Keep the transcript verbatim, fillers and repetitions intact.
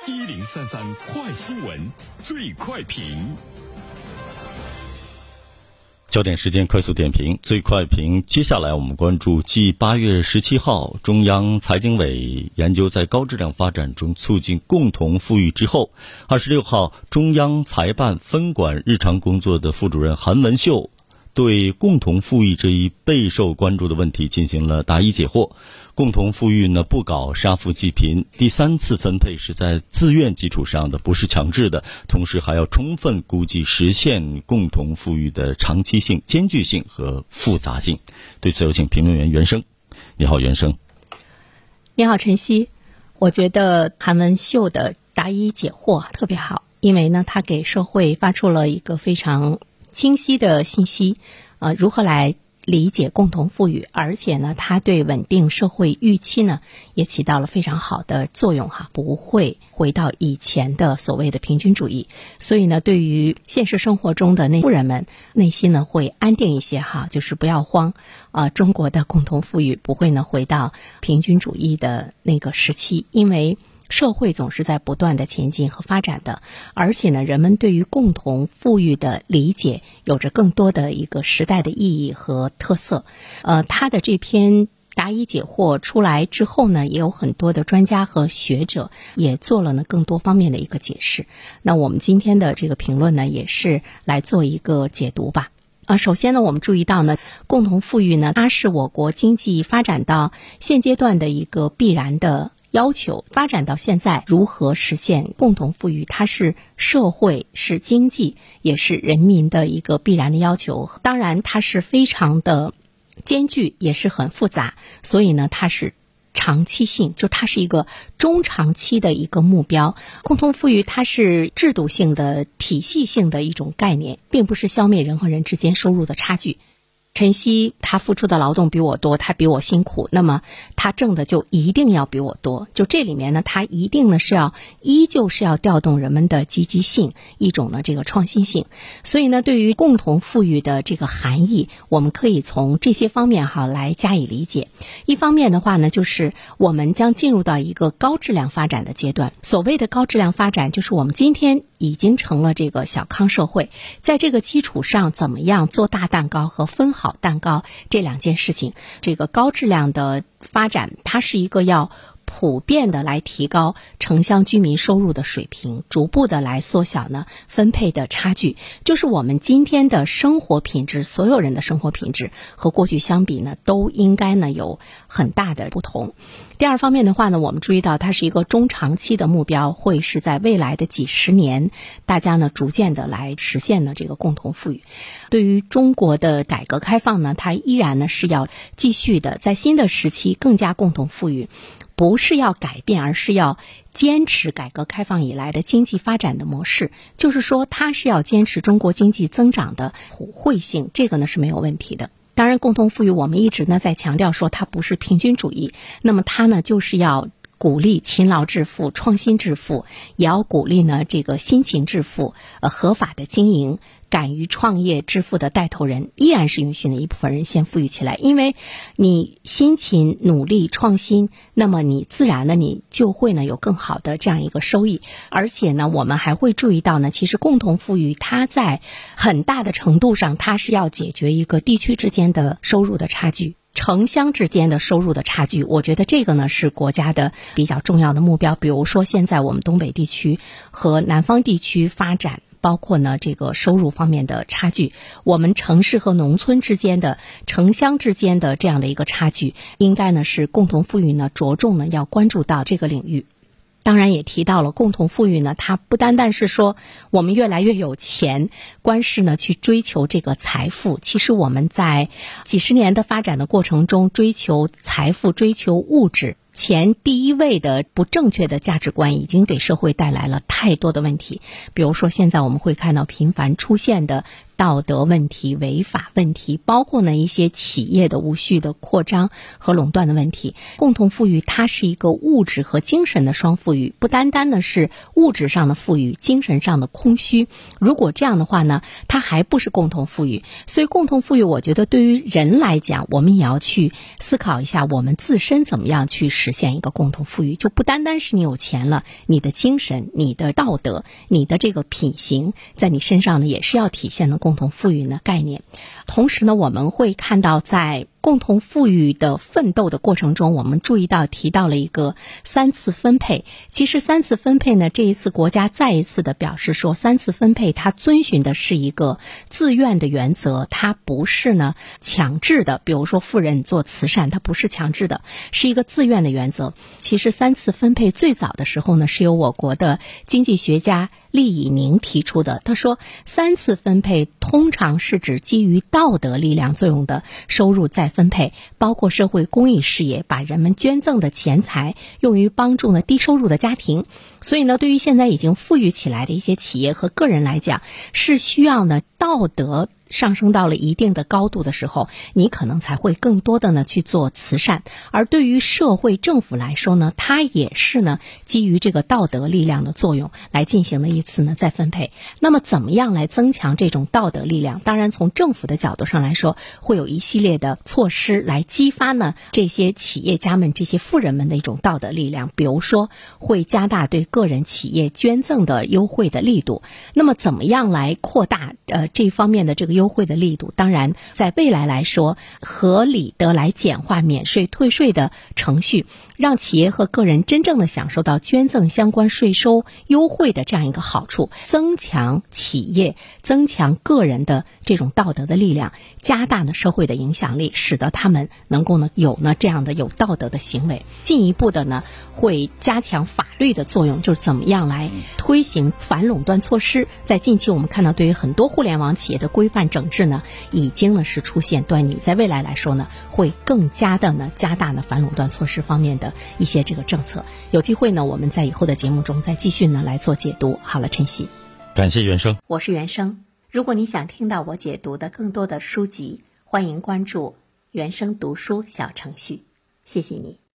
一零三三快新闻最快评。 焦点时间快速点评最快评，接下来我们关注继八月十七号中央财经委研究在高质量发展中促进共同富裕之后，二十六号中央财办分管日常工作的副主任韩文秀对共同富裕这一备受关注的问题进行了答疑解惑。共同富裕呢，不搞杀富济贫，第三次分配是在自愿基础上的，不是强制的，同时还要充分估计实现共同富裕的长期性、艰巨性和复杂性。对此有请评论员袁生。你好，袁生。 你好，晨曦。我觉得韩文秀的答疑解惑特别好，因为呢，他给社会发出了一个非常清晰的信息，呃，如何来理解共同富裕，而且呢，它对稳定社会预期呢也起到了非常好的作用哈，不会回到以前的所谓的平均主义。所以呢，对于现实生活中的那富人们，内心呢会安定一些哈，就是不要慌啊、呃，中国的共同富裕不会呢回到平均主义的那个时期，因为社会总是在不断的前进和发展的，而且呢，人们对于共同富裕的理解有着更多的一个时代的意义和特色。呃，他的这篇答疑解惑出来之后呢，也有很多的专家和学者也做了呢更多方面的一个解释。那我们今天的这个评论呢，也是来做一个解读吧。啊，首先呢，我们注意到呢，共同富裕呢，它是我国经济发展到现阶段的一个必然的要求。发展到现在，如何实现共同富裕，它是社会、是经济，也是人民的一个必然的要求。当然，它是非常的艰巨，也是很复杂，所以呢，它是长期性，就它是一个中长期的一个目标。共同富裕它是制度性的、体系性的一种概念，并不是消灭人和人之间收入的差距。晨曦他付出的劳动比我多，他比我辛苦，那么他挣的就一定要比我多。就这里面呢，他一定呢是要依旧是要调动人们的积极性，一种呢这个创新性。所以呢，对于共同富裕的这个含义，我们可以从这些方面哈来加以理解。一方面的话呢，就是我们将进入到一个高质量发展的阶段。所谓的高质量发展，就是我们今天已经成了这个小康社会，在这个基础上怎么样做大蛋糕和分好蛋糕这两件事情。这个高质量的发展，它是一个要普遍的来提高城乡居民收入的水平，逐步的来缩小呢分配的差距。就是我们今天的生活品质，所有人的生活品质和过去相比呢，都应该呢有很大的不同。第二方面的话呢，我们注意到它是一个中长期的目标，会是在未来的几十年，大家呢逐渐的来实现呢这个共同富裕。对于中国的改革开放呢，它依然呢是要继续的在新的时期更加共同富裕，不是要改变，而是要坚持改革开放以来的经济发展的模式。就是说，它是要坚持中国经济增长的普惠性，这个呢是没有问题的。当然，共同富裕我们一直呢在强调说它不是平均主义，那么它呢就是要鼓励勤劳致富、创新致富，也要鼓励呢这个辛勤致富、呃合法的经营、敢于创业致富的带头人，依然是允许呢一部分人先富裕起来。因为你辛勤努力创新，那么你自然呢你就会呢有更好的这样一个收益。而且呢，我们还会注意到呢，其实共同富裕它在很大的程度上，它是要解决一个地区之间的收入的差距。城乡之间的收入的差距，我觉得这个呢是国家的比较重要的目标。比如说现在我们东北地区和南方地区发展，包括呢这个收入方面的差距，我们城市和农村之间的、城乡之间的这样的一个差距，应该呢是共同富裕呢着重呢要关注到这个领域。当然也提到了共同富裕呢，它不单单是说我们越来越有钱，光是呢去追求这个财富。其实我们在几十年的发展的过程中，追求财富、追求物质，钱第一位的不正确的价值观已经给社会带来了太多的问题。比如说现在我们会看到频繁出现的道德问题、违法问题，包括呢一些企业的无序的扩张和垄断的问题。共同富裕它是一个物质和精神的双富裕，不单单呢是物质上的富裕，精神上的空虚。如果这样的话呢，它还不是共同富裕。所以共同富裕，我觉得对于人来讲，我们也要去思考一下，我们自身怎么样去实现一个共同富裕。就不单单是你有钱了，你的精神、你的道德、你的这个品行在你身上呢，也是要体现的共同富裕的概念。同时呢，我们会看到在共同富裕的奋斗的过程中，我们注意到提到了一个三次分配。其实三次分配呢，这一次国家再一次的表示说，三次分配它遵循的是一个自愿的原则，它不是呢强制的。比如说富人做慈善，它不是强制的，是一个自愿的原则。其实三次分配最早的时候呢，是由我国的经济学家厉以宁提出的。他说，三次分配通常是指基于道德力量作用的收入再分配，包括社会公益事业，把人们捐赠的钱财用于帮助呢低收入的家庭。所以呢，对于现在已经富裕起来的一些企业和个人来讲，是需要呢道德上升到了一定的高度的时候，你可能才会更多的呢去做慈善。而对于社会政府来说呢，它也是呢基于这个道德力量的作用来进行的一次呢再分配。那么怎么样来增强这种道德力量？当然从政府的角度上来说，会有一系列的措施来激发呢这些企业家们、这些富人们的一种道德力量。比如说会加大对个人企业捐赠的优惠的力度。那么怎么样来扩大呃这方面的这个优惠的力度？当然在未来来说，合理的来简化免税退税的程序，让企业和个人真正的享受到捐赠相关税收优惠的这样一个好处，增强企业、增强个人的这种道德的力量，加大呢社会的影响力，使得他们能够呢有呢这样的有道德的行为。进一步的呢会加强法律的作用，就是怎么样来推行反垄断措施。在近期我们看到，对于很多互联网企业的规范整治呢，已经呢是出现端倪。在未来来说呢，会更加的呢加大呢反垄断措施方面的一些这个政策。有机会呢，我们在以后的节目中再继续呢来做解读。好了，晨曦， 感谢原生， 我是原生。如果你想听到我解读的更多的书籍，欢迎关注原生读书小程序。谢谢你。